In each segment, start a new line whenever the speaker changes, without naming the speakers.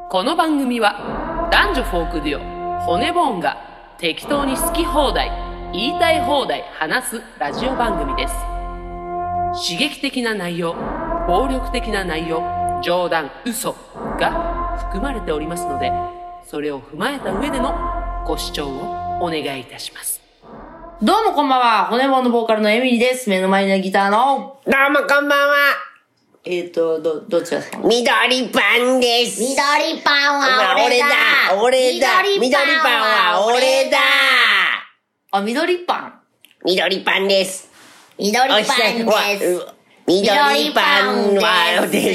この番組は男女フォークデュオ骨ボーンが適当に好き放題言いたい放題話すラジオ番組です。刺激的な内容、暴力的な内容、冗談、嘘が含まれておりますので、それを踏まえた上でのご視聴をお願いいたします。どうもこんばんは、骨ボーンのボーカルのエミリーです。目の前のギターの
どうもこんばんは。
どっちですか？
緑パンです。
緑パンは俺だ。
俺だ。緑パンは俺だ。
あ、緑パン。
緑パンです。
緑パンです。
緑パンはです。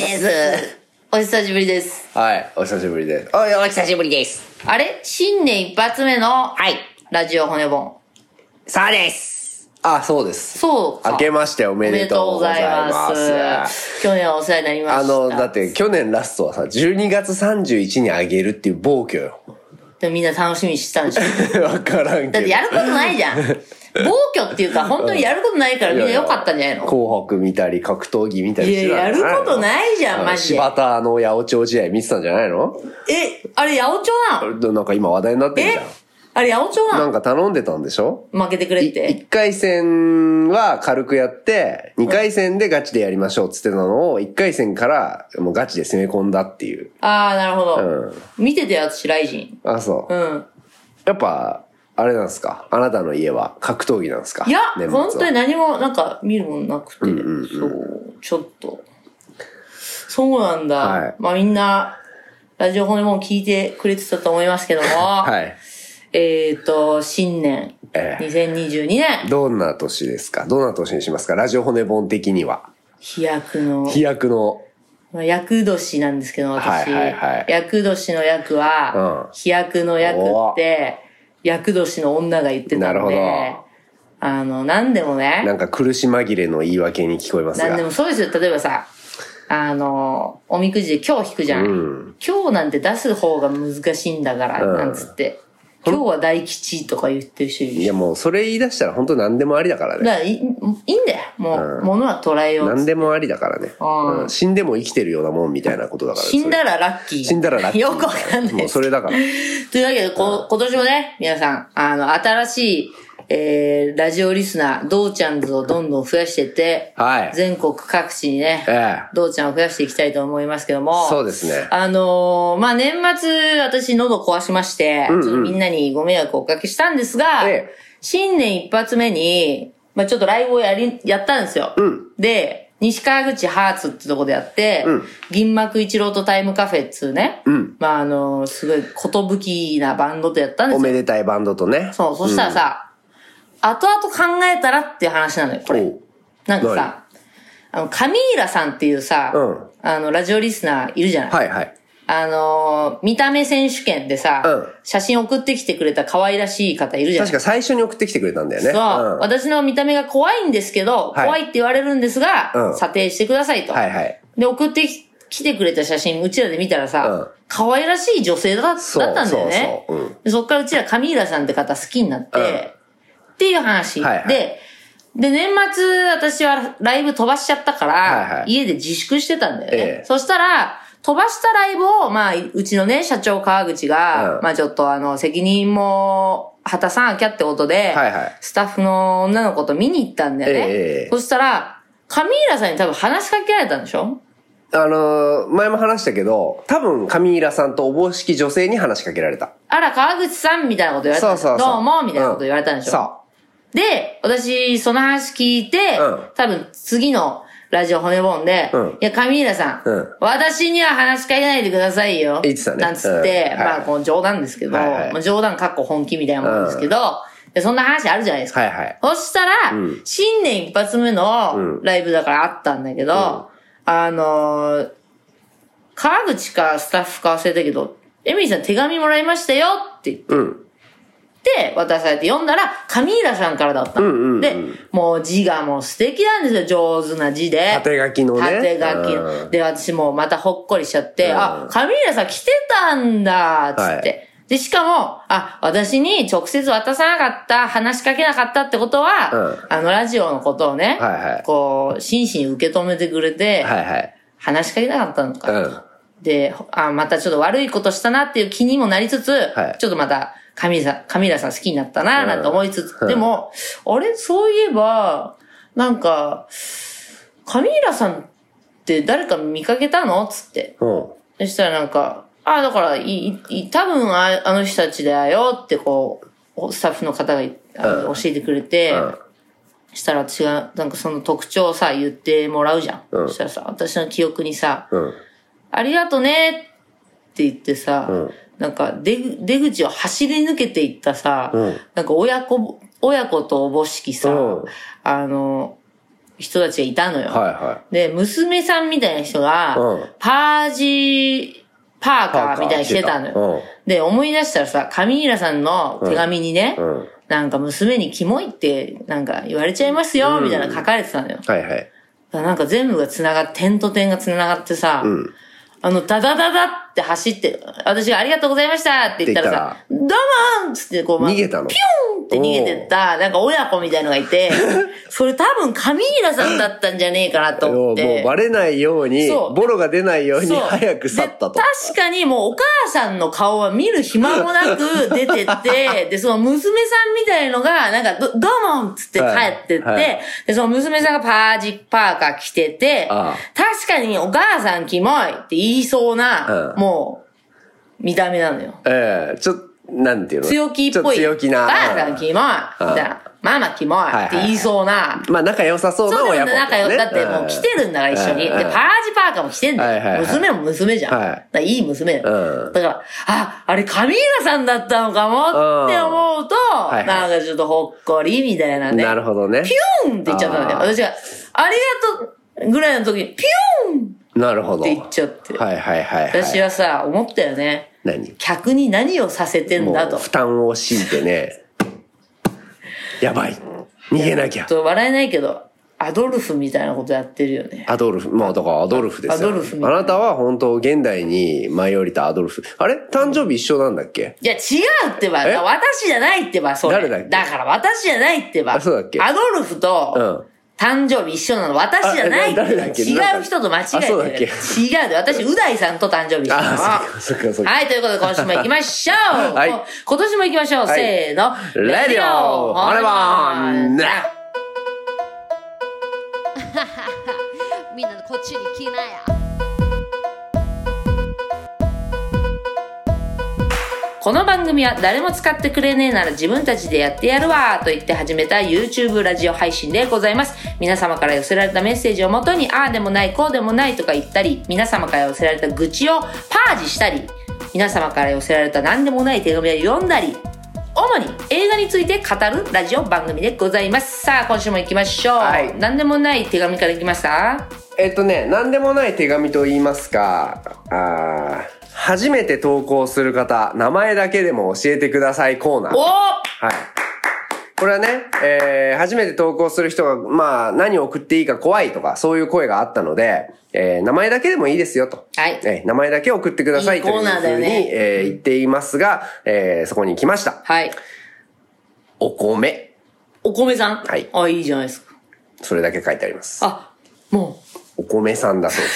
お久しぶりです。
はい、お久しぶりです。
お久しぶりです。
あれ？新年一発目の
はい
ラジオ骨ボン。
そうです。
あ、そうです。
そうか。
明けましておめでとうございます。
去年はお世話になりました。
だって去年ラストはさ、12月31日にあげるっていう暴挙よ。
でもみんな楽しみにしてたんでしょ。
わからんけど。
だってやることないじゃん。暴挙っていうか、本当にやることないからみんな良かったんじゃないの？
紅白見たり、格闘技見たりしてたんじゃないの？
いや、やることないじゃん、マジで。
柴田の八百長試合見てたんじゃないの？
あれ八百長なの？
なんか今話題になってるじゃん。
あれ八百長なの？
なんか頼んでたんでしょ？
負けてくれって。
1回戦は軽くやって、2回戦でガチでやりましょうって言ってたのを、1回戦からもうガチで攻め込んだっていう。
あー、なるほど。見てて私、ライジン。
あ、そう。
うん。
やっぱ、あれなんですか？あなたの家は格闘技なんですか？
いや、
年末は
本当に何もなんか見るもんなくて、そう、ちょっと。そうなんだ。
はい、
まあみんな、ラジオ骨も聞いてくれてたと思いますけども、
はい。
新年、2022年。
どんな年ですか？どんな年にしますか？ラジオ骨本的には。
飛躍の。まあ、厄年なんですけど、私。厄年の厄は、飛躍の厄って、厄年の女が言ってたので、なるほど。なんでもね。
なんか苦し紛れの言い訳に聞こえますが。
なんでもそうですよ。例えばさ、おみくじで今日引くじゃん。今日なんて出す方が難しいんだから、なんつって。今日は大吉とか言ってる人いる。
いやもうそれ言い出したら本当何でもありだからね。
だからいいんだよ。もう、物は捉えよう。
何でもありだからね。死んでも生きてるようなもんみたいなことだから。
死んだらラッキー。
死んだらラッキー。
よくわかんない。
もうそれだから。
というわけで、今年もね、皆さん、新しい、ラジオリスナー、ドーちゃんズをどんどん増やしていって、
はい。
全国各地にね、ドーちゃんを増やしていきたいと思いますけども、
そうですね。
まあ、年末、私喉壊しまして、みんなにご迷惑をおかけしたんですが、新年一発目に、まあ、ちょっとライブをやったんですよ。で、西川口ハーツってとこでやって、銀幕一郎とタイムカフェっつうね、まあ、すごいことぶきなバンドとやったんですよ。
おめでたいバンドとね。
そう、そしたらさ、後々考えたらっていう話なのよ、これ。なんかさ、カミーラさんっていうさ、ラジオリスナーいるじゃない。
はいはい。
見た目選手権でさ、写真送ってきてくれた可愛らしい方いるじゃない。
確か最初に送ってきてくれたんだよね。
そう。私の見た目が怖いんですけど、怖いって言われるんですが、査定してくださいと。
はいはい。
で、送ってきてくれた写真、うちらで見たらさ、可愛らしい女性だったんだよね。そっからうちらカミーラさんって方好きになって、っていう話。で、年末私はライブ飛ばしちゃったから、家で自粛してたんだよね。そしたら、飛ばしたライブを、まあ、うちのね、社長川口が、まあちょっと責任も果たさなきゃってことで、スタッフの女の子と見に行ったんだよね。そしたら、カミーラさんに多分話しかけられたんでしょ？
前も話したけど、多分カミーラさんとおぼしき女性に話しかけられた。
あら、川口さんみたいなこと言われたんでしょ？どうもみたいなこと言われたんでしょ？そう。で、私、その話聞いて、多分次のラジオ骨ボンで、いや、カミーラさん、私には話しかけないでくださいよ。
言ってたね。
なんつって、まあ、この冗談ですけど、冗談かっこ本気みたいなもんですけど、そんな話あるじゃないですか。そしたら、新年一発目のライブだからあったんだけど、川口かスタッフか忘れたけど、エミリーさん手紙もらいましたよって言って、で、渡されて読んだら、カミーラさんからだったの。で、もう字がもう素敵なんですよ、上手な字で。
縦書きのね。
縦書きの。で、私もまたほっこりしちゃって、あ、カミーラさん来てたんだ、つって。で、しかも、私に直接渡さなかった、話しかけなかったってことは、ラジオのことをね、こう、真摯に受け止めてくれて、話しかけなかったのかと。 で、またちょっと悪いことしたなっていう気にもなりつつ、
はい、
ちょっとまた、カミーラさん好きになったな、なんて思いつつ、でも、あれそういえば、なんか、カミーラさんって誰か見かけたのつって。そしたらなんか、だから、多分あの人たちだよってこう、スタッフの方が教えてくれて、したら私がなんかその特徴をさ、言ってもらうじゃん。そしたらさ、私の記憶にさ、ありがとねって言ってさ、なんか出口を走り抜けていったさ、なんか親子とおぼしきさ、人たちがいたのよ。で、娘さんみたいな人が、パーカーみたいにしてたのよ。で、思い出したらさ、カミーラさんの手紙にね、なんか娘にキモいってなんか言われちゃいますよ、みたいな書かれてたのよ。なんか全部が繋がって、点と点が繋がってさ、ダダダダって走って、私がありがとうございましたって言ったらさ、どうもーんつってこう、
逃げたの
ピューンって逃げてった、なんか親子みたいのがいて、それ多分カミーラさんだったんじゃねえかなと思って。
もうバレないように、ボロが出ないように早く去ったと。
確かにもうお母さんの顔は見る暇もなく出てって、で、その娘さんみたいのが、なんかどうもつって帰ってって、で、その娘さんがパーカー着てて、確かにお母さんキモいって言いそうな、もう、見た目なのよ。
ちょっと、なんていうの
強気っぽい。
強気な。
お母さんキモいみたいな。ママキモいって言いそうな。
まあ仲良さそうな親子、ね。
仲良だってもう来てるんだから一緒に。で、パーカーも来てんだよ。娘も娘じゃん。だいい娘だよ。だから、あれカミーラさんだったのかもって思うと、なんかちょっとほっこりみたいなね。
なるほどね。
ピューンって言っちゃったんだよ。私が、ありがとうぐらいの時に、ピューン
なるほど。
って言っちゃって。私はさ、思ったよね。客に何をさせてんだと。
負担を強いてね。やばい。逃げなきゃ。
笑えないけど、アドルフみたいなことやってるよね。
アドルフ。まあだからアドルフですよ。アドルフみたいな。あなたは本当現代に舞い降りたアドルフ。あれ誕生日一緒なんだっけ？
いや違うってば。私じゃないってば、それ。
誰だっけ？
だから私じゃないってば。
そうだっけ？
アドルフと、誕生日一緒なの私じゃないって。違う人と間違えてる。違うで。私、う大さんと誕生日一緒なの。はい、ということで今週も行きましょう。はい。今年も行きましょう。せーの。
レディオホレバン
みんなこっちに来なや。
この番組は誰も使ってくれねえなら自分たちでやってやるわと言って始めた YouTube ラジオ配信でございます。皆様から寄せられたメッセージをもとにああでもないこうでもないとか言ったり、皆様から寄せられた愚痴をパージしたり、皆様から寄せられた何でもない手紙を読んだり、主に映画について語るラジオ番組でございます。さあ今週も行きましょう。何でもない手紙からいきますか？
何でもない手紙と言いますか、初めて投稿する方、名前だけでも教えてくださいコーナー。はい。これはね、初めて投稿する人が、まあ、何を送っていいか怖いとか、そういう声があったので、名前だけでもいいですよと。
はい。
名前だけ送ってくださいというふうに、言っていますが、そこに来ました。
はい。
お米。
お米さん？
はい。
いいじゃないですか。
それだけ書いてあります。
もう。
お米さんだそうです。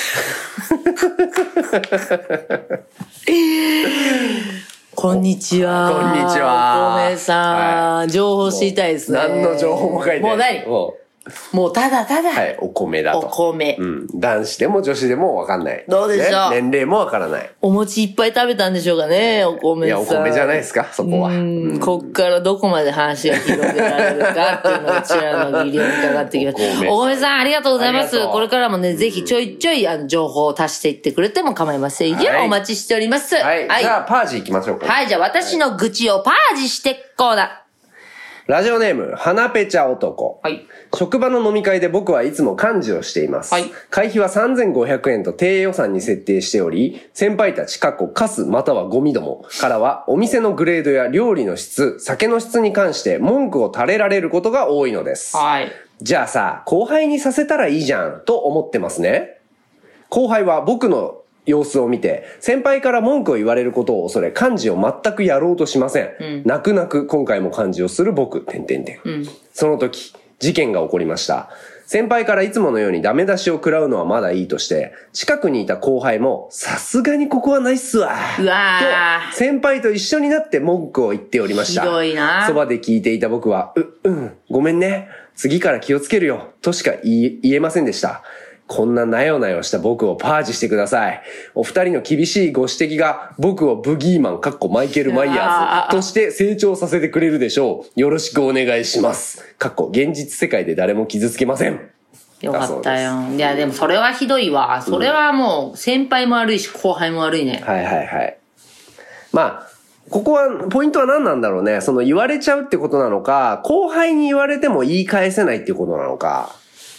こんにちは。
こんにちは。
お米さん、情報知りたいですね。
何の情報も書いてない。
もう何？もうただただ。
はい、お米だと。
お米。
男子でも女子でもわかんない。
どうでしょう、
年齢もわからない。
お餅いっぱい食べたんでしょうかね、お米さん。
いや、お米じゃないですか、そこは。
こっからどこまで話が広げられるかっていうのが、ちらの技量にかかってきます。お米さん、ありがとうございます。これからもね、ぜひちょいちょい、情報を足していってくれても構いません。お待ちしております。
はい。じゃあ、パージ行きましょうか。
はい、じゃあ私の愚痴をパージしてこうだ。
ラジオネーム、花ペチャ男。
はい。
職場の飲み会で僕はいつも幹事をしています。はい。会費は3500円と低予算に設定しており、先輩たちカスまたはゴミどもからはお店のグレードや料理の質、酒の質に関して文句を垂れられることが多いのです。
はい。
じゃあさ、後輩にさせたらいいじゃんと思ってますね。後輩は僕の様子を見て、先輩から文句を言われることを恐れ、幹事を全くやろうとしません。泣く泣く今回も幹事をする僕、その時、事件が起こりました。 先輩からいつものようにダメ出しを食らうのはまだいいとして、近くにいた後輩も、さすがにここはないっすわ。
うわ
と、先輩と一緒になって文句を言っておりました。
ひどいな。
そばで聞いていた僕は、ごめんね。次から気をつけるよ。としか言えませんでした。こんななよなよした僕をパージしてください。お二人の厳しいご指摘が僕をブギーマンマイケル・マイヤーズとして成長させてくれるでしょう。よろしくお願いします。現実世界で誰も傷つけません。
よかったよ。いやでもそれはひどいわ。それはもう先輩も悪いし後輩も悪いね。
はいはいはい。まあ、ここは、ポイントは何なんだろうね。その言われちゃうってことなのか、後輩に言われても言い返せないっていうことなのか。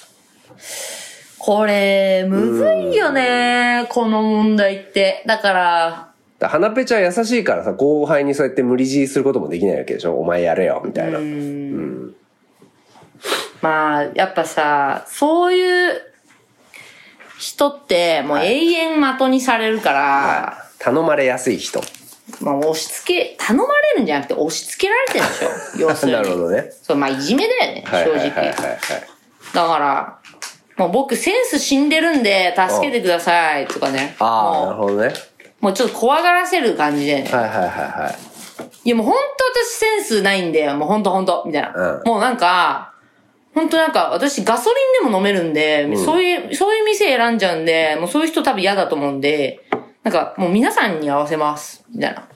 これ、むずいよね、この問題って。だから、
花ペチは優しいからさ、後輩にそうやって無理強いすることもできないわけでしょ。お前やれよ、みたいな。
まあ、やっぱさ、そういう人って、もう永遠的にされるから、
頼まれやすい人。
まあ、頼まれるんじゃなくて押し付けられてるでしょ。要するに。
なるほどね。
そう、まあ、いじめだよね、正直。だから、もう僕センス死んでるんで助けてくださいとかね。
ああ、なるほどね。
もうちょっと怖がらせる感じでね。いやもうほんと私センスないんで、もうほんと、みたいな。もうなんか、ほんとなんか私ガソリンでも飲めるんで、そういう店選んじゃうんで、もうそういう人多分嫌だと思うんで、なんかもう皆さんに合わせます、みたいな。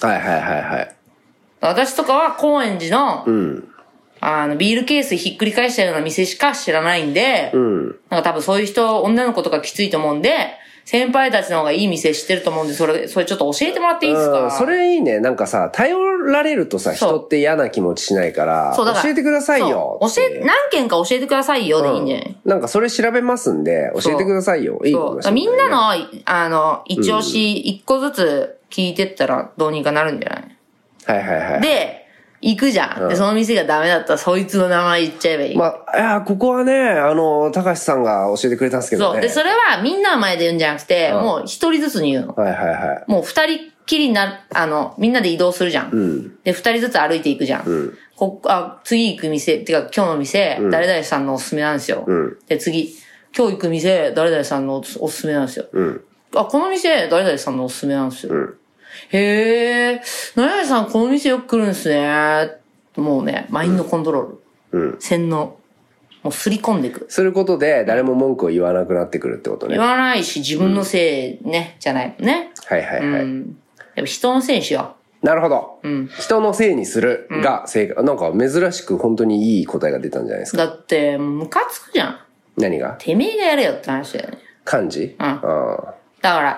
私とかは高円寺の、ビールケースひっくり返したような店しか知らないんで、なんか多分そういう人、女の子とかきついと思うんで、先輩たちの方がいい店知ってると思うんで、それちょっと教えてもらっていいですか？
それいいね。なんかさ、頼られるとさ、人って嫌な気持ちしないから、教えてくださいよ。
何件か教えてくださいよでいいね。
なんかそれ調べますんで、教えてくださいよ。いいと思います。
みんなの、一押し一個ずつ聞いてったらどうにかなるんじゃない？で、行くじゃん。で、その店がダメだったら、そいつの名前言っちゃえばいい。
まあ、ここはね、高橋さんが教えてくれたんですけどね。
そう。で、それはみんなの前で言うんじゃなくて、もう一人ずつに言うの。もう二人きりみんなで移動するじゃん。で、二人ずつ歩いていくじゃん。次行く店、ってか今日の店、誰々さんのおすすめなんですよ。で、次、今日行く店、誰々さんのおすすめなんですよ。この店、誰々さんのおすすめなんですよ。へー、何々さんこの店よく来るんですね。もうね、マインドコントロール。洗脳。もうすり込んでいく。
することで誰も文句を言わなくなってくるってことね。
言わないし、自分のせいね、じゃないもんね。
や
っぱ人のせいにしよ
う。なるほど。人のせいにするが正解。なんか珍しく本当にいい答えが出たんじゃないですか。
だって、ムカつくじゃん。
何が？
てめえがやれよって話だよね。
漢字？
だから、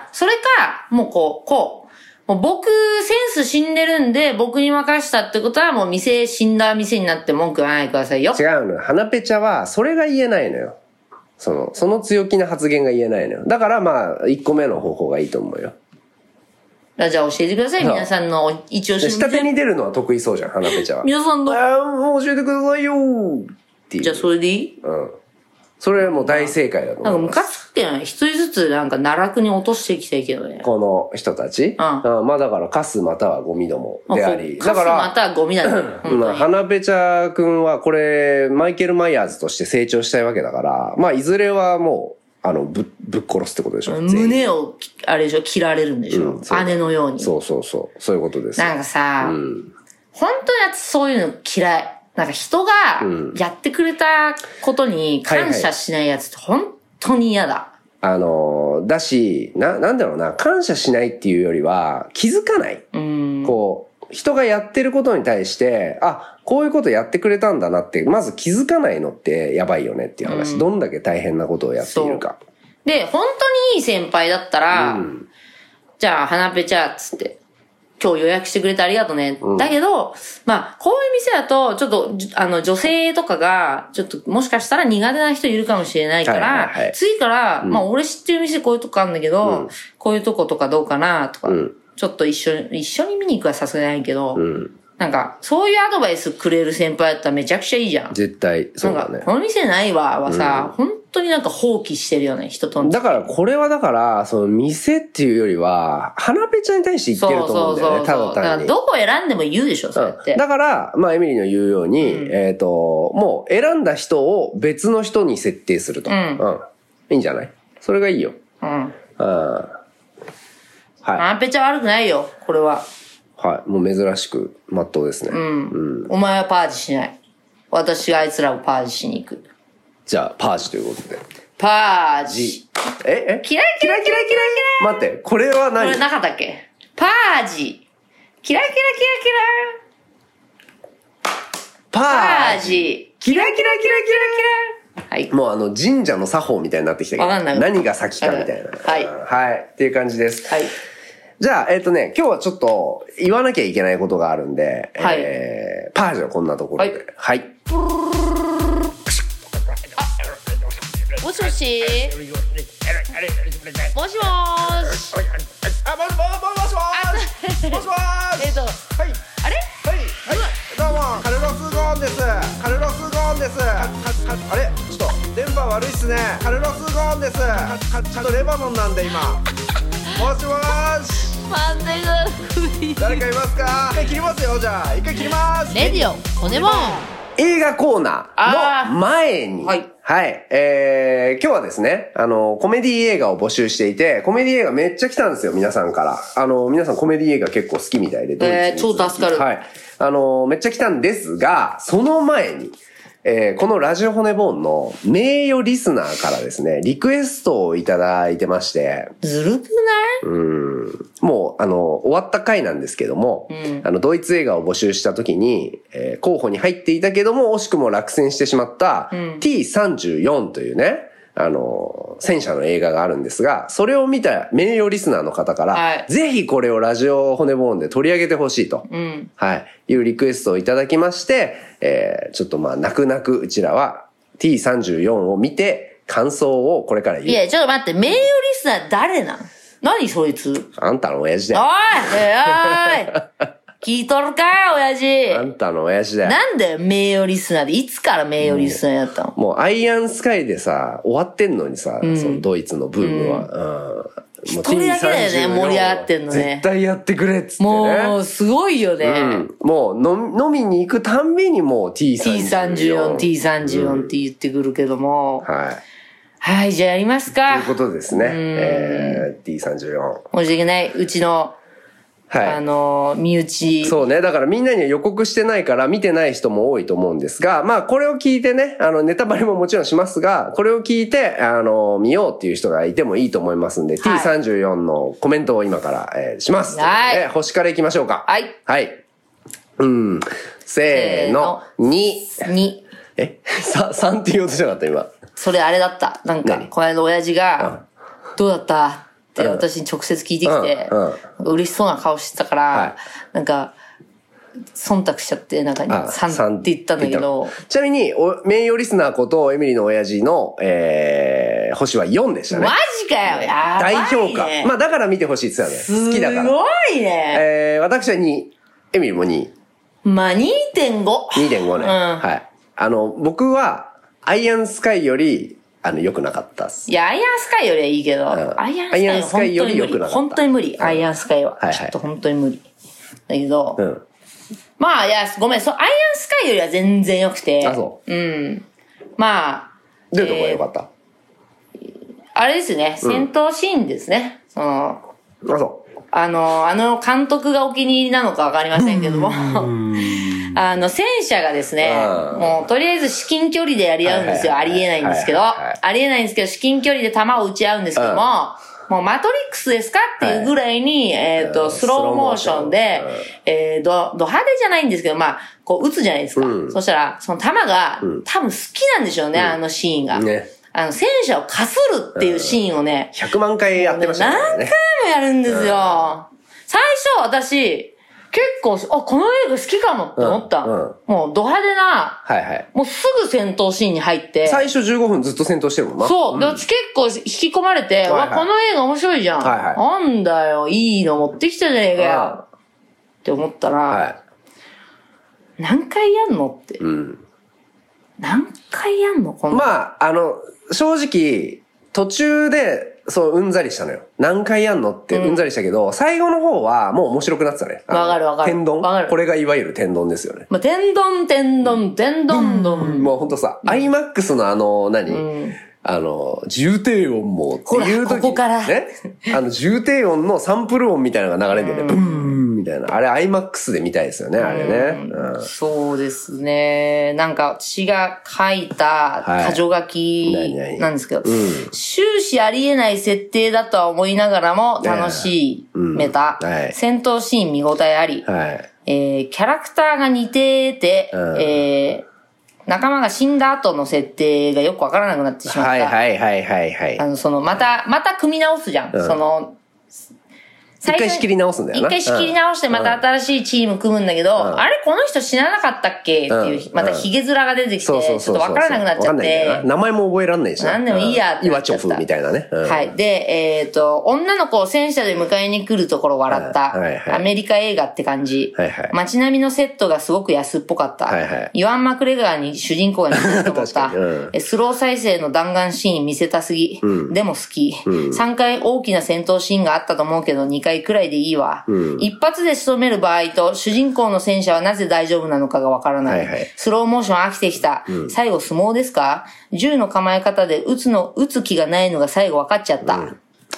それか、もうもう僕、センス死んでるんで、僕に任したってことは、もう死んだ店になって文句言わないでくださいよ。
違うのよ。花ペチャは、それが言えないのよ。その強気な発言が言えないのよ。だからまあ、1個目の方法がいいと思うよ。
じゃあ教えてください、皆さんの一押し
下手に出るのは得意そうじゃん、花ペチャは。
皆さんの。
もう教えてくださいよーっていう。
じゃあそれでいい？
それはもう大正解だと思う。
なんかムカつくって一人ずつなんか奈落に落としていきたいけどね。
この人たちまあだからカスまたはゴミどもであり。
だから。カスまたはゴミだね。
花ペチャ君はこれ、マイケル・マイヤーズとして成長したいわけだから、まあいずれはもう、ぶっ殺すってことでしょ。
胸を、あれでしょ、切られるんでしょ。姉のように。
そう。そういうことです。
なんかさ、本当にそういうの嫌い。なんか人がやってくれたことに感謝しないやつって本当に嫌だ。
だし、なんだろうな、感謝しないっていうよりは気づかない。人がやってることに対して、こういうことやってくれたんだなって、まず気づかないのってやばいよねっていう話。どんだけ大変なことをやっているか。
で、本当にいい先輩だったら、じゃあ、花ペチャーっつって、今日予約してくれてありがとね。だけど、まあ、こういう店だと、ちょっと、女性とかが、ちょっと、もしかしたら苦手な人いるかもしれないから、次から、まあ、俺知ってる店こういうとこあるんだけど、こういうとことかどうかな、とか、ちょっと一緒に見に行くはさすがにないけど、なんか、そういうアドバイスくれる先輩だったらめちゃくちゃいいじゃん。
絶対、そうだね。
なんか、この店ないわ、はさ、本当になんか放棄してるよね、人との。
だから、これはだから、その店っていうよりは、花ペちゃんに対して言ってると思うんだよね、ただ単に。
だからどこ選んでも言うでしょ、そうやって。
だから、まあ、エミリーの言うように、もう選んだ人を別の人に設定すると。いいんじゃない？それがいいよ。はい。
花ペちゃん悪くないよ、これは。
はい。もう珍しく、まっとうですね。
お前はパージしない。私があいつらをパージしに行く。
じゃあ、パージということで。
パージ。
キラキラ
キラキラ
待って、これは何？
これなかったっけ？パージ。キラキラキラキラ。パージ。
キラキラキラキラキラ。
はい。
もう神社の作法みたいになってきたけど。
わかんない。
何が先かみたいな。
はい。
はい。っていう感じです。
はい。
じゃあ、今日はちょっと言わなきゃいけないことがあるんで、
はい。
パージはこんなところで。はい。
もしもしもしもーし。
もしもーし。はい。
あれ？
どうも、カルロス・ゴーンです。カルロス・ゴーンです。あれ？ちょっと電波悪いっすね。カルロス・ゴーンです。ちゃんとレバノンなんで今。もしもーし。
マンデが
誰かいますか？一回切りますよ。じゃあ一回切ります。
レディオ骨もん。
映画コーナーの前に、はい。はい。今日はですね、コメディ映画を募集していて、コメディ映画めっちゃ来たんですよ、皆さんから。皆さんコメディ映画結構好きみたいで。
超助かる。
はい。めっちゃ来たんですが、その前に、このラジオ骨ボーンの名誉リスナーからですね、リクエストをいただいてまして。
ずるくない？
もう、終わった回なんですけども、ドイツ映画を募集した時に、候補に入っていたけども、惜しくも落選してしまった、T34 というね、戦車の映画があるんですが、それを見た名誉リスナーの方から、はい、ぜひこれをラジオ骨ボーンで取り上げてほしいと、はい、いうリクエストをいただきまして、ちょっとまあ泣く泣くうちらは T34 を見て感想をこれから言う。
いや、ちょっと待って、名誉リスナー誰なの？何そいつ？
あんたの親父だよ。
おい聞いとるか親父。
あんたの親父だよ。
なんで名誉リスナーで、いつから名誉リスナーやったの？
もうアイアンスカイでさ、終わってんのにさ、そのドイツのブームは。
一人だけだよね、盛り上がってんのね。
絶対やってくれっつってね。
もう、すごいよね。
もう飲みに行くたんびにもう
T34、T34 って言ってくるけども。
はい。
はい、じゃあやりますか。
ということですね。T34。
申し訳ない。うちの、はい。身内。
そうね。だからみんなには予告してないから見てない人も多いと思うんですが、まあこれを聞いてね、ネタバレももちろんしますが、これを聞いて、見ようっていう人がいてもいいと思いますんで、はい、T34 のコメントを今から、します。はい。星から行きましょうか。
はい。
はい。せーの、2。3って言おうとしなかった今。
それあれだった。なんか、この間親父が、どうだったって私に直接聞いてきて、嬉しそうな顔してたから、なんか、忖度しちゃって、なんか3って言ったんだけど。
ちなみに、名誉リスナーことエミリーの親父の、星は4でしたね。
マジかよ、やばいね。
大評価。まあだから見てほしいって言ってたね。好きだから。
すごいね。
私は2。エミリーも2。
まあ 2.5。
2.5 ね。はい。僕は、アイアンスカイより、良くなかったっす。
いや、アイアンスカイよりはいいけど、アイアンスカイより良くなかった。本当に無理。アイアンスカイは。ちょっと本当に無理。だけど、まあ、いや、ごめん、アイアンスカイよりは全然良くて。
あ、そう。
まあ。
どういうとこが良かった？
あれですね、戦闘シーンですね。
あ、そう。
監督がお気に入りなのかわかりませんけども、戦車がですね、もうとりあえず至近距離でやり合うんですよ。ありえないんですけど、至近距離で弾を撃ち合うんですけども、もうマトリックスですかっていうぐらいに、スローモーションで、ド派手じゃないんですけど、まあ、こう撃つじゃないですか。そしたら、その弾が、多分好きなんでしょうね、あのシーンが。戦車をかするっていうシーンをね、
100万回やってましたね。
何回もやるんですよ。最初私、結構、この映画好きかもって思った。もうド派手な、もうすぐ戦闘シーンに入って。
最初15分ずっと戦闘してるもんな。
そう。で、私結構引き込まれて、この映画面白いじゃん。なんだよ、いいの持ってきたじゃねえかよ。って思ったら、何回やんのって。何回やんのこの。
まあ、 正直、途中で、うんざりしたのよ。何回やんのってうんざりしたけど、最後の方はもう面白くなってたね。
わかる。
天丼。
わかる。
これがいわゆる天丼ですよね。
まあ、天丼。
もうほんとさ、IMAX の重低音もっていう時
ここから
ね。重低音のサンプル音みたいなのが流れるんだよね。ブーンみたいな。あれ IMAX で見たいですよね、あれね。
そうですね。なんか、私が書いた箇条書きなんですけど、終始ありえない設定だとは思いながらも楽しめた。戦闘シーン見応えあり。キャラクターが似てて、仲間が死んだ後の設定がよくわからなくなってしまった。また組み直すじゃん。
一回仕切り直すんだよな。
一回仕切り直してまた新しいチーム組むんだけど、あれこの人死ななかったっけっていう、またヒゲ面が出てきて、ちょっとわからなくなっちゃって。
名前も覚えらんないし
なんでもいいやって
イワチョフみたいなね。
はい。で、女の子を戦車で迎えに来るところ笑った。アメリカ映画って感じ。街並みのセットがすごく安っぽかった。イワン・マクレガーに主人公が似てると思った。スロー再生の弾丸シーン見せたすぎ。でも好き。3回大きな戦闘シーンがあったと思うけど、2回くらいでいいわ。一発で仕留める場合と、主人公の戦車はなぜ大丈夫なのかがわからない。スローモーション飽きてきた。最後相撲ですか？銃の構え方で撃つ気がないのが最後分かっちゃった。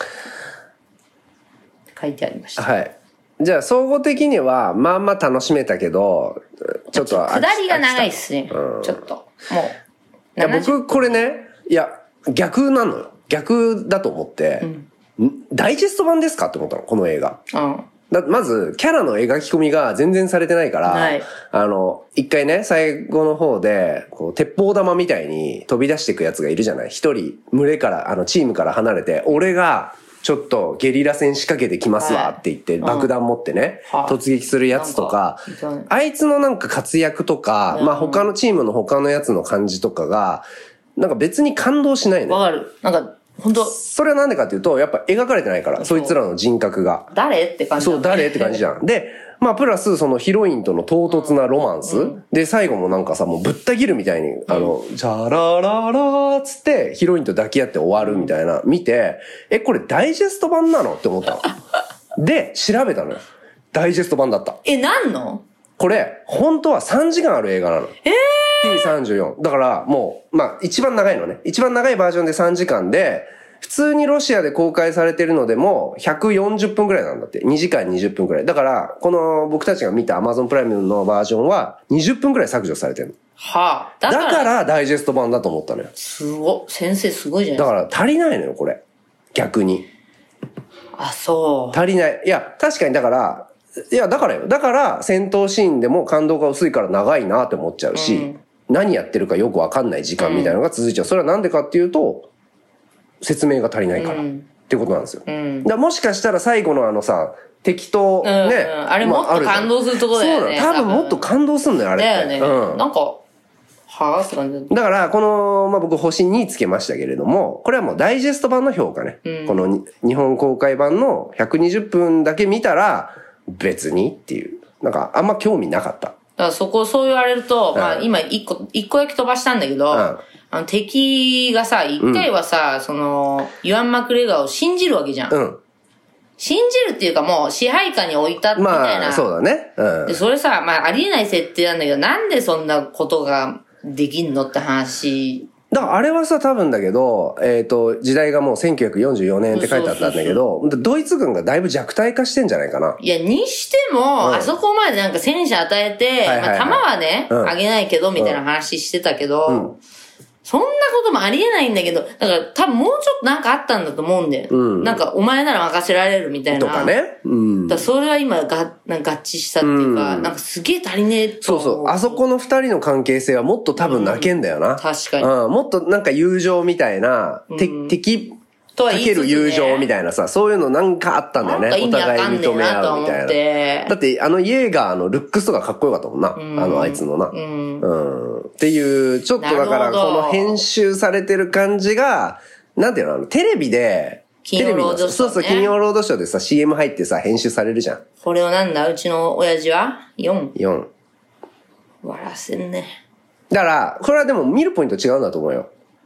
書いてありました。
はい。じゃあ、総合的には、まあまあ楽しめたけど、ちょっと
下りが長いっすね。ちょっと。もう。
いや、僕、これね、逆なのよ。逆だと思って、ダイジェスト版ですかって思ったの、この映画。まず、キャラの描き込みが全然されてないから、一回ね、最後の方で、鉄砲玉みたいに飛び出していくやつがいるじゃない。一人、群れから、チームから離れて、俺が、ちょっとゲリラ戦仕掛けてきますわって言って、爆弾持ってね、突撃するやつとか、あいつのなんか活躍とか、まあ他のチームの他のやつの感じとかが、なんか別に感動しないの。
わかる。なんか、本当
それはなんでかっていうと、やっぱ描かれてないから、そいつらの人格が。
誰って感じ。
そう、誰って感じじゃん。で、まあ、プラス、そのヒロインとの唐突なロマンス。で、最後もなんかさ、もうぶった切るみたいに、ジャラララーつって、ヒロインと抱き合って終わるみたいな、見て、これダイジェスト版なのって思ったの。で、調べたのよ。ダイジェスト版だった。
なんの？
これ、本当は3時間ある映画なの。T34。だから、もう、まあ、一番長いのね。一番長いバージョンで3時間で、普通にロシアで公開されてるのでも、140分くらいなんだって。2時間20分くらい。だから、この僕たちが見た Amazon プライムのバージョンは、20分くらい削除されてるの。
は
あ。だからダイジェスト版だと思ったのよ。
先生すごいじゃないですか。
だから足りないのよ、これ。逆に。
そう。
足りない。いや、確かにだから、だからよ。だから、戦闘シーンでも感動が薄いから長いなって思っちゃうし、何やってるかよくわかんない時間みたいなのが続いちゃう。それはなんでかっていうと、説明が足りないから。ってことなんですよ。だもしかしたら最後の敵とね。
あれもっと感動するとこだよね。
そうなの。多分もっと感動すんのよ、あれって。
だよね。なんか、はぁって感じ
だから、この、まあ、僕星2つけましたけれども、これはもうダイジェスト版の評価ね。この日本公開版の120分だけ見たら、別にっていう。なんか、あんま興味なかった。
だからそう言われると、まあ今一個だけ飛ばしたんだけど、敵がさ、一回はさ、イワン・マクレガーを信じるわけじゃん。信じるっていうかもう支配下に置いたみたいな。
まあ、そうだね。
で、それさ、まあありえない設定なんだけど、なんでそんなことができんのって話。
だからあれはさ、多分だけど、時代がもう1944年って書いてあったんだけど、ドイツ軍がだいぶ弱体化してんじゃないかな。
いや、にしても、あそこまでなんか戦車与えて、まあ弾はね、あげないけど、みたいな話してたけど、そんなこともありえないんだけど、だから多分もうちょっとなんかあったんだと思うんだよ。なんかお前なら任せられるみたいな。
とかね。
だそれは今合致したっていうか、なんかすげえ足りねえと。
そうそう。あそこの二人の関係性はもっと多分泣けんだよな。
確かに。
もっとなんか友情みたいな、敵かける友情みたいなさ、そういうのなんかあったんだよね。お互い認め合うみたいな。だってイエーガーのルックスとかかっこよかったもんな。あいつのな。っていう、ちょっとだからこの編集されてる感じが、なんていうの、テレビで、
金曜ロードショー、ね。
そうそう、金曜ロードショーでさ、CM 入ってさ、編集されるじゃん。
これをなんだうちの親父は ?4。
笑
わせんね。
だから、これはでも見るポイント違うんだと思うよ。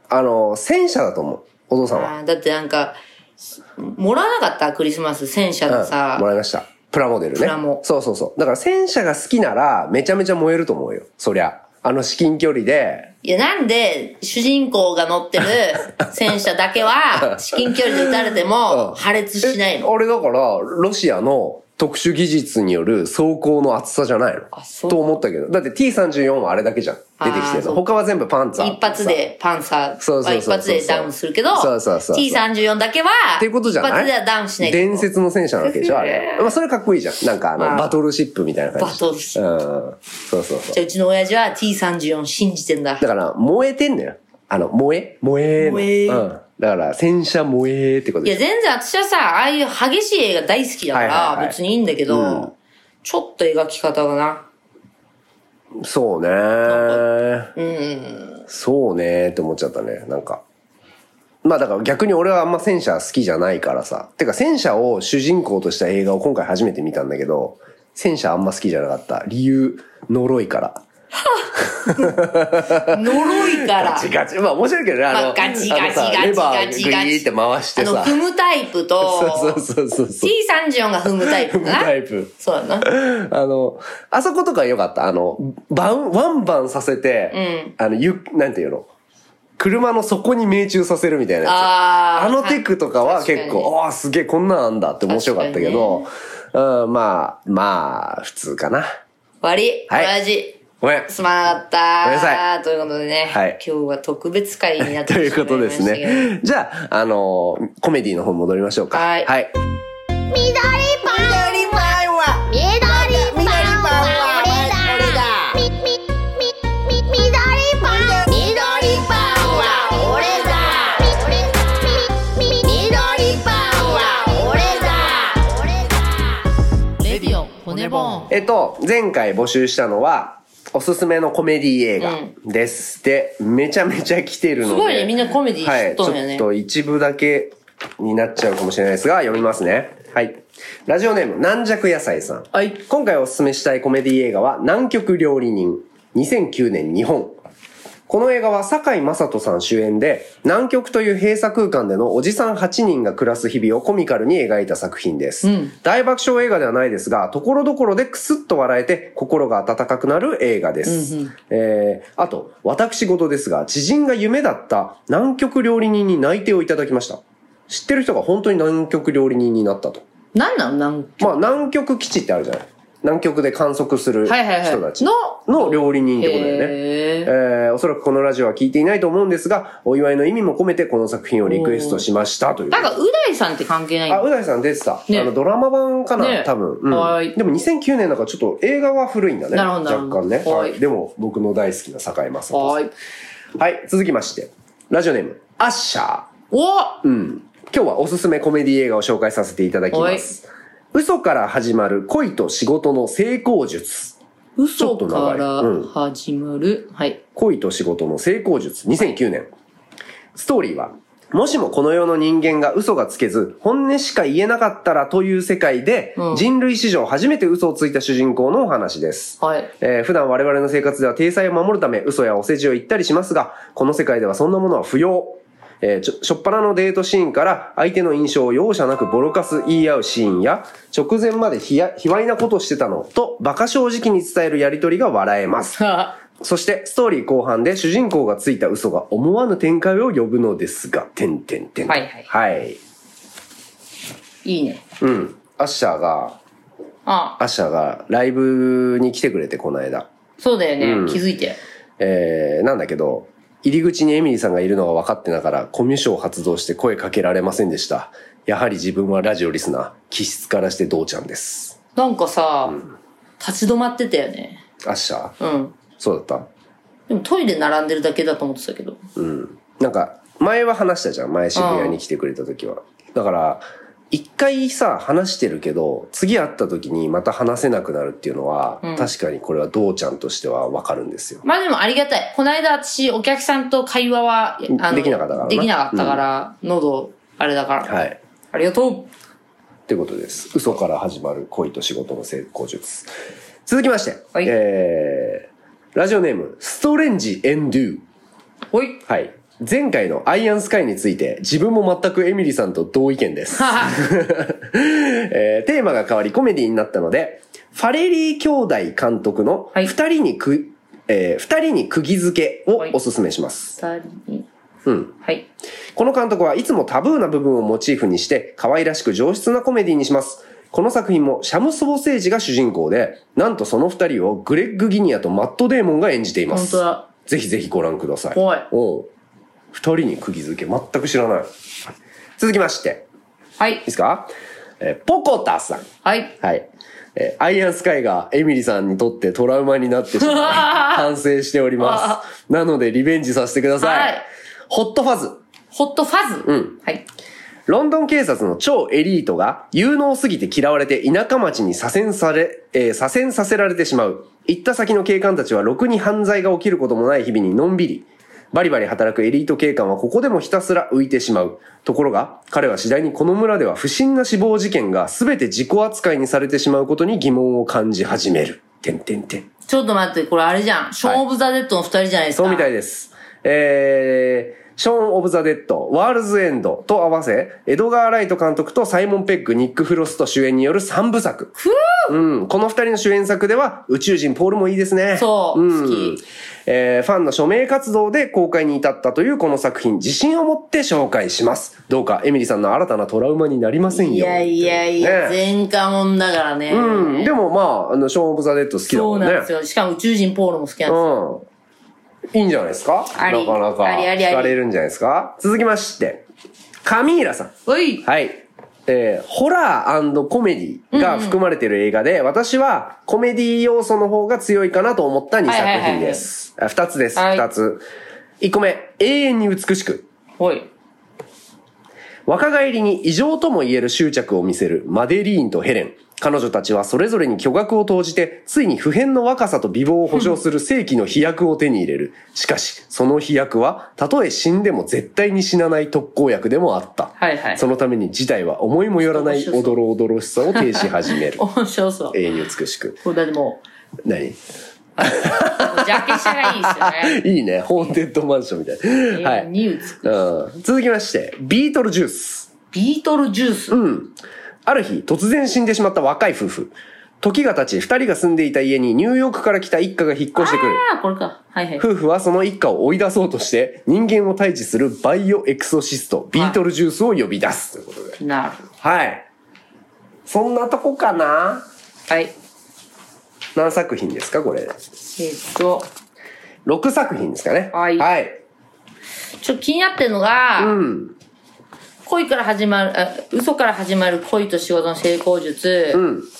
戦車だと思う。お父さんは。
だってなんか、もらわなかったクリスマス戦車のさ、
もらいました。プラモデルね。
プラモ。
そうそうそう。だから戦車が好きなら、めちゃめちゃ燃えると思うよ。そりゃ。至近距離で。
いや、なんで、主人公が乗ってる戦車だけは、至近距離で撃たれても、破裂しないの？
あれだから、ロシアの特殊技術による装甲の厚さじゃないの？と思ったけど。だって T34 はあれだけじゃん。出てきてるの。他は全部パンツァー。
一発でパンサーは一発でダウンするけど、T34 だけは、
っていうことじゃない？
一発ではダウンしない。
伝説の戦車なわけでしょ、あれ。まあ、それかっこいいじゃん。なんかバトルシップみたいな感じ。
バトルシップ。
そうそうそう。
じゃあ、うちの親父は T34 信じてんだ。
だから、燃えてんのよ。燃え。だから、戦車燃えってこと
いや、全然私はさ、ああいう激しい映画大好きだから、別にいいんだけど、ちょっと描き方がな。
そうね。そうねって思っちゃったね。なんか。まあだから逆に俺はあんま戦車好きじゃないからさ。てか戦車を主人公とした映画を今回初めて見たんだけど、戦車あんま好きじゃなかった。理由、呪いから。
呪いから。
ガチガチ。まあ面白いけどね。
ガチガチガチ
レバーグリーって回してさ。
踏むタイプと、
そう。
T34 が踏むタイプかな。
踏むタイプ。
そうだな。
あそことか良かった。ワンバンさせて、なんていうの？車の底に命中させるみたいなやつ。テクとかは結構、すげえこんなんあんだって面白かったけど、まあ、普通かな。
終わり。親父。
ごめん。
すまなかった。
ごめんなさい。
ということでね。
はい。
今日は特別会になってしまいましたけど。
ということですね。じゃあ、コメディの方戻りましょうか。
はい。
はい。
緑パンは俺だ。緑パンは俺だ。
レディオ骨ボン。
前回募集したのは、おすすめのコメディ映画です。で、めちゃめちゃ来てるので。
すごいね、みんなコメディ知っとんだよね。
ちょっと一部だけになっちゃうかもしれないですが、読みますね。はい。ラジオネーム、軟弱野菜さん。
はい。
今回おすすめしたいコメディ映画は、南極料理人。2009年日本。この映画は堺雅人さん主演で、南極という閉鎖空間でのおじさん8人が暮らす日々をコミカルに描いた作品です。大爆笑映画ではないですが、ところどころでクスッと笑えて心が温かくなる映画です。あと、私事ですが、知人が夢だった南極料理人に内定をいただきました。知ってる人が本当に南極料理人になったと。
何なの南極？
まあ、南極基地ってあるじゃない。南極で観測する人たちの料理人ってことだよね。おそらくこのラジオは聞いていないと思うんですが、お祝いの意味も込めてこの作品をリクエストしましたという。
なんか、う大さんって関係ない？
う大さん出てた。ドラマ版かな、多分。でも2009年だからちょっと映画は古いんだね。
なるほど。
若干ね。はい。でも僕の大好きな堺雅人さん。はい。続きまして。ラジオネーム、アッシャー。今日はおすすめコメディ映画を紹介させていただきます。嘘から始まる恋と仕事の成功術。
嘘から始まる、はい。
恋と仕事の成功術。2009年。ストーリーは、もしもこの世の人間が嘘がつけず、本音しか言えなかったらという世界で、人類史上初めて嘘をついた主人公のお話です。はい。普段我々の生活では体裁を守るため嘘やお世辞を言ったりしますが、この世界ではそんなものは不要。しょっぱなのデートシーンから相手の印象を容赦なくボロカス言い合うシーンや、直前まで卑猥なことしてたのと馬鹿正直に伝えるやりとりが笑えます。そしてストーリー後半で主人公がついた嘘が思わぬ展開を呼ぶのですが、はい。
いいね。
アッシャーがライブに来てくれて、この間。
そうだよね。気づいて。
なんだけど、入り口にエミリーさんがいるのが分かってながらコミュ障を発動して声かけられませんでした。やはり自分はラジオリスナー、気質からしてどうちゃんです。
なんかさ、立ち止まってたよね。
アッシャー？そうだった？
でもトイレ並んでるだけだと思ってたけど。
なんか、前は話したじゃん。前渋谷に来てくれた時は。だから、一回さ、話してるけど、次会った時にまた話せなくなるっていうのは、確かにこれはどうちゃんとしてはわかるんですよ。
まあでもありがたい。この間私、お客さんと会話は、
できなかったから。
できなかったから、喉、あれだから。はい。ありがとう。
ってことです。嘘から始まる恋と仕事の成功術。続きまして、ラジオネーム、ストレンジエンドゥ。はい。 前回のアイアンスカイについて自分も全くエミリさんと同意見です。テーマが変わりコメディになったので、ファレリー兄弟監督の二人に釘付けをおすすめします。
二人に。
うん。
はい。
この監督はいつもタブーな部分をモチーフにして可愛らしく上質なコメディにします。この作品もシャム・ソボセージが主人公で、なんとその二人をグレッグ・ギニアとマット・デーモンが演じています。
本当だ。
ぜひぜひご覧ください。
はい。
二人に釘付け、全く知らない。続きまして。
はい。
いいですか？ポコタさん。
はい。
はい。アイアンスカイがエミリさんにとってトラウマになってしまい、反省しております。なのでリベンジさせてください。はい。ホットファズ。
ホットファズ？
うん。
はい。
ロンドン警察の超エリートが有能すぎて嫌われて田舎町に左遷させられてしまう。行った先の警官たちはろくに犯罪が起きることもない日々にのんびり。バリバリ働くエリート警官はここでもひたすら浮いてしまう。ところが、彼は次第にこの村では不審な死亡事件が全て自己扱いにされてしまうことに疑問を感じ始める。ち
ょっと待って、これあれじゃん。ショーン・オブ・ザ・デッドの二人じゃないですか。
そうみたいです。ショーン・オブ・ザ・デッド、ワールズ・エンドと合わせ、エドガー・ライト監督とサイモン・ペッグ、ニック・フロスト主演による3部作。うん。この2人の主演作では、宇宙人ポールもいいですね。
そう、好き。
ファンの署名活動で公開に至ったというこの作品、自信を持って紹介します。どうかエミリさんの新たなトラウマになりませんよ。
いや、前科者だからね。
うん。でもまあ、ショーン・オブ・ザ・デッド好きだもんね。
そうなんですよ。しかも宇宙人ポールも好きなんですよ。
いいんじゃないですか？なかなか惹かれるんじゃないですか？続きまして、カミーラさん。はい。ホラー&コメディが含まれている映画で、私はコメディ要素の方が強いかなと思った2作品です。2つです。2つ。1個目、永遠に美しく。
はい。
若返りに異常とも言える執着を見せるマデリーンとヘレン。彼女たちはそれぞれに巨額を投じて、ついに不変の若さと美貌を保証する世紀の飛躍を手に入れる。しかし、その飛躍は、たとえ死んでも絶対に死なない特効薬でもあった。そのために事態は思いもよらないおどろおどろしさを呈し始める。
面白そう。
永遠に美しく。
これだっても
う。何？
ジャケ写がいいですよね。
いいね。ホーンテッドマンションみたいな。はい。続きまして、ビートルジュース。
ビートルジュース？
うん。ある日、突然死んでしまった若い夫婦。時が経ち、二人が住んでいた家にニューヨークから来た一家が引っ越してくる。
これか。
夫婦はその一家を追い出そうとして、人間を退治するバイオエクソシスト、ビートルジュースを呼び出す。ということで。
なるほど。
はい。そんなとこかな？
はい。
何作品ですか、これ。6作品ですかね。
はい。ちょっと気になってるのが、恋から始まる、嘘から始まる恋と仕事の成功術、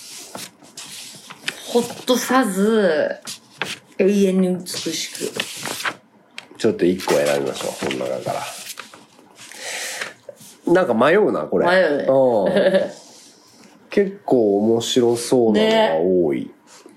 ホットファズ、永遠に美しく。
ちょっと1個選びましょう、この中から。なんか迷うな、これ。
迷う
ね。結構面白そうなのが多い。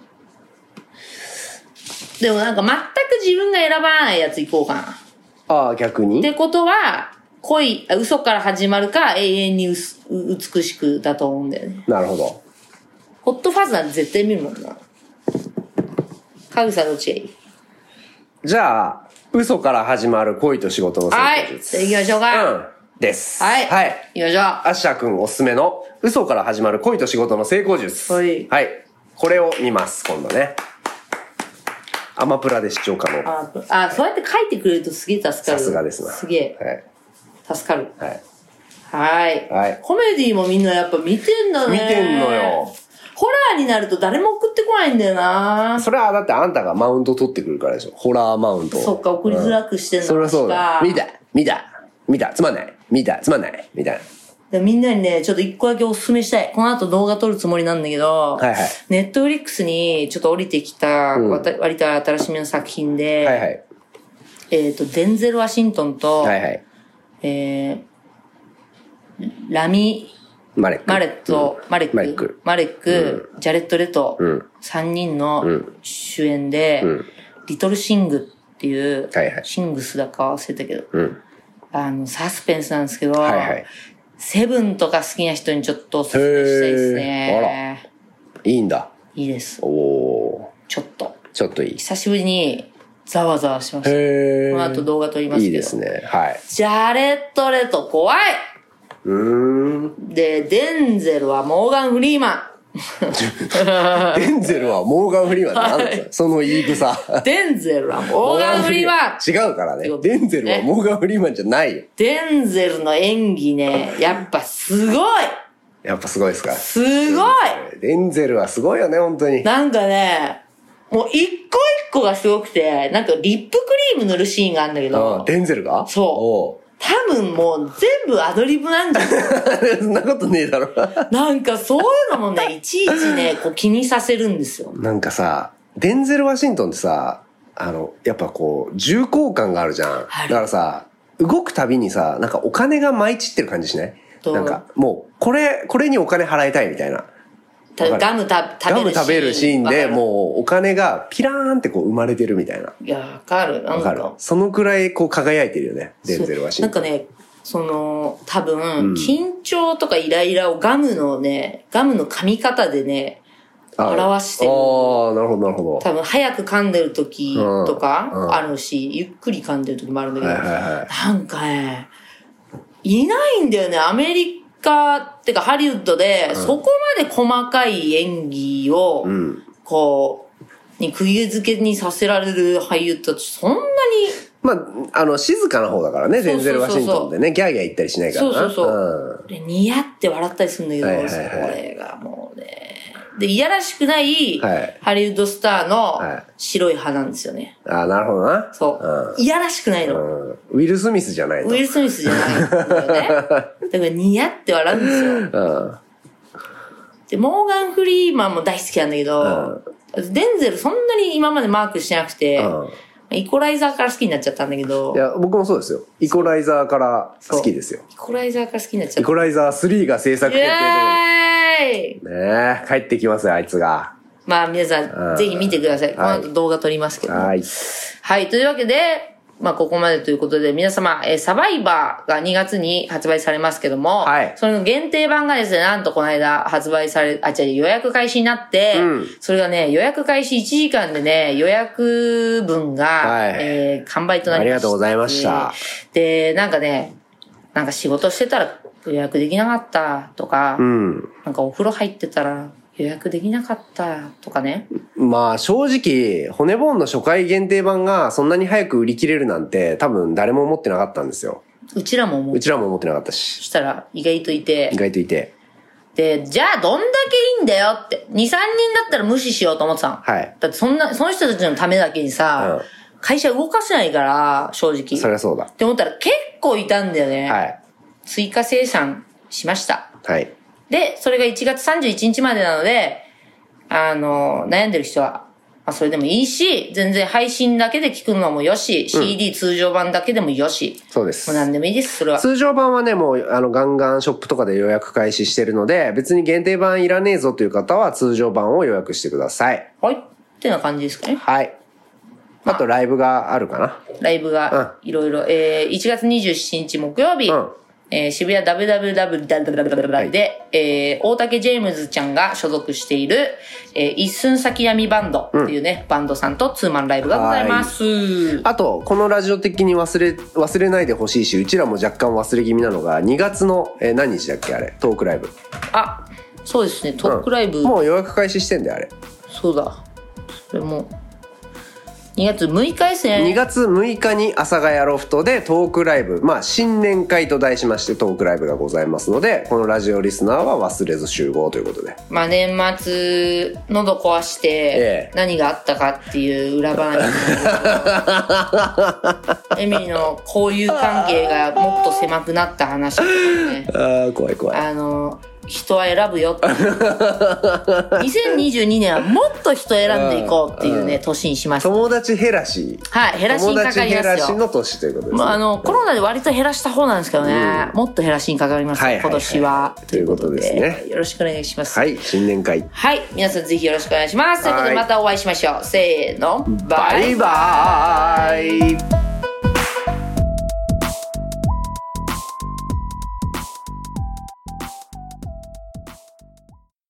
でもなんか全く自分が選ばないやついこうかな。
ああ、逆に？
ってことは、嘘から始まるか永遠に美しくだと思うんだよね。
なるほど。
ホットファズなんて絶対見るもんな。かぐさどっちがいい？
じゃあ、嘘から始まる恋と仕事の成功術。
はい。じゃあ行きましょうか。
です。
はい。行きましょう。
アッシャーくんおすすめの嘘から始まる恋と仕事の成功術。はい。これを見ます、今度ね。アマプラで視聴可能。
そうやって書いてくれるとすげえ助かる。
さすがですな。
すげえ。助かる。
はい。
コメディもみんなやっぱ見てんだね。
見てんのよ。
ホラーになると誰も送ってこないんだよな。
それはだってあんたがマウント取ってくるからでしょ。ホラーマウント。
そっか、送りづらくしてんのか。
それはそうだ。見た、つまんない。見た、つまんない。みたいな。
みんなにね、ちょっと一個だけおすすめしたい。この後動画撮るつもりなんだけど、ネットフリックスにちょっと降りてきた、割と新しめの作品で、デンゼル・ワシントンと、ラミ・マレック、ジャレット・レト、3人の主演で、リトル・シングっていう、シングスだか忘れたけど、サスペンスなんですけど、セブンとか好きな人にちょっとおすすめしたいですね。
いいんだ。
いいです。ちょっと
いい。
久しぶりにざわざわしました。この後動画撮りますけど。
いいですね。はい。
ジャレット・レト怖い。で、デンゼルはモーガン・フリーマン。
デンゼルはモーガン・フリーマンって何ですか、その言い草。
デンゼルはモーガン・フリーマン。
違うからね。デンゼルはモーガン・フリーマンじゃないよ。
デンゼルの演技ね、やっぱすごい。
やっぱすごいですか。
すごい。
デンゼルはすごいよね、本当に。
なんかね、もう一個一個がすごくて、なんかリップクリーム塗るシーンがあるんだけど。
デンゼルが？
そう。多分もう全部アドリブなんじゃない
そんなことねえだろ。
なんかそういうのもね、いちいちね、こう気にさせるんですよ。
なんかさ、デンゼル・ワシントンってさ、やっぱこう、重厚感があるじゃん。だからさ、動くたびにさ、なんかお金が舞い散ってる感じしない？なんか、もう、これにお金払いたいみたいな。
ガム
食べるシーンで、もうお金がピラーンってこう生まれてるみたいな。
いや、わかる。
わかる。そのくらいこう輝いてるよね、デンゼル・ワシントン。
なんかね、多分、緊張とかイライラをガムの噛み方でね、表してる。
ああ、なるほど、なるほど。
多分、早く噛んでる時とかあるし、ゆっくり噛んでる時もあるんだけど、なんかね、いないんだよね、アメリカってかハリウッドで、そこまで細かい演技を、釘付けにさせられる俳優ってそんなに、
まあ、静かな方だからね、デンゼル・ワシントンでね、ギャーギャー言ったりしないからな。
そう。で、ニヤって笑ったりするんだけど、それがもうね。で、いやらしくないハリウッドスターの白い歯なんですよね。
ああ、なるほどな。
そう。いやらしくないの。
ウィル・スミスじゃないの。
ウィル・スミスじゃないんだよね。だからニヤって笑うんですよ。で、モーガン・フリーマンも大好きなんだけど、デンゼルそんなに今までマークしてなくて、イコライザーから好きになっちゃったんだけど。
いや、僕もそうですよ。イコライザーから好きですよ。
イコライザーから好きになっちゃった。
イコライザー3が制作決定
で。
ねえ、帰ってきますよ、あいつが。
まあ皆さん、ぜひ見てください。この後動画撮りますけど。はい。はい、というわけで、まあここまでということで、皆様、サバイバーが2月に発売されますけども、その限定版がですね、なんとこの間発売され、予約開始になって、それがね、予約開始1時間でね、予約分が、完売となりました。
ありがとうございました。
で、なんかね、なんか仕事してたら予約できなかったとか、なんかお風呂入ってたら予約できなかったとかね。
まあ正直、骨ボーンの初回限定版がそんなに早く売り切れるなんて多分誰も思ってなかったんですよ。
うちらも思
ってなかったし。
そしたら意外といて。で、じゃあどんだけいいんだよって。2、3人だったら無視しようと思ってたの。だってその人たちのためだけにさ、会社動かせないから、正直。
そりゃそうだ。
って思ったら結構いたんだよね。追加生産しました。で、それが1月31日までなので、悩んでる人は、まあ、それでもいいし、全然配信だけで聞くのもよし、CD 通常版だけでもよし。
そうです。
もう何でもいいです、それは。
通常版はね、もう、ガンガンショップとかで予約開始してるので、別に限定版いらねえぞという方は通常版を予約してください。
はい。ってな感じですかね。
はい。あと、ライブがあるかな。
ライブが、いろいろ、1月27日木曜日、渋谷 WWW で、大竹ジェームズちゃんが所属している、一寸先闇バンドっていうね、バンドさんとツーマンライブがございます。
あと、このラジオ的に忘れないでほしいし、うちらも若干忘れ気味なのが、2月の、何日だっけあれ、トークライブ。
あ、そうですね、トークライブ。
もう予約開始してんだよ、あれ。
そうだ。それも。2月6日ですね。
2月6日に阿佐ヶ谷ロフトでトークライブ、まあ新年会と題しましてトークライブがございますので、このラジオリスナーは忘れず集合ということで。
まあ年末喉壊して何があったかっていう裏話エミリの交友関係がもっと狭くなった話とかね。
ああ、怖い怖い。
人は選ぶよって2022年はもっと人選んでいこうっていうね、年にしました。
友達減らし。
はい、減らしにかかりますよ。
友達減らしの年ということですね。
コロナで割と減らした方なんですけどね、もっと減らしにかかります、今年は。
ということですね。
よろしくお願いします。
はい、新年会。
はい、皆さんぜひよろしくお願いします。ということでまたお会いしましょう。せーの、バイバイ。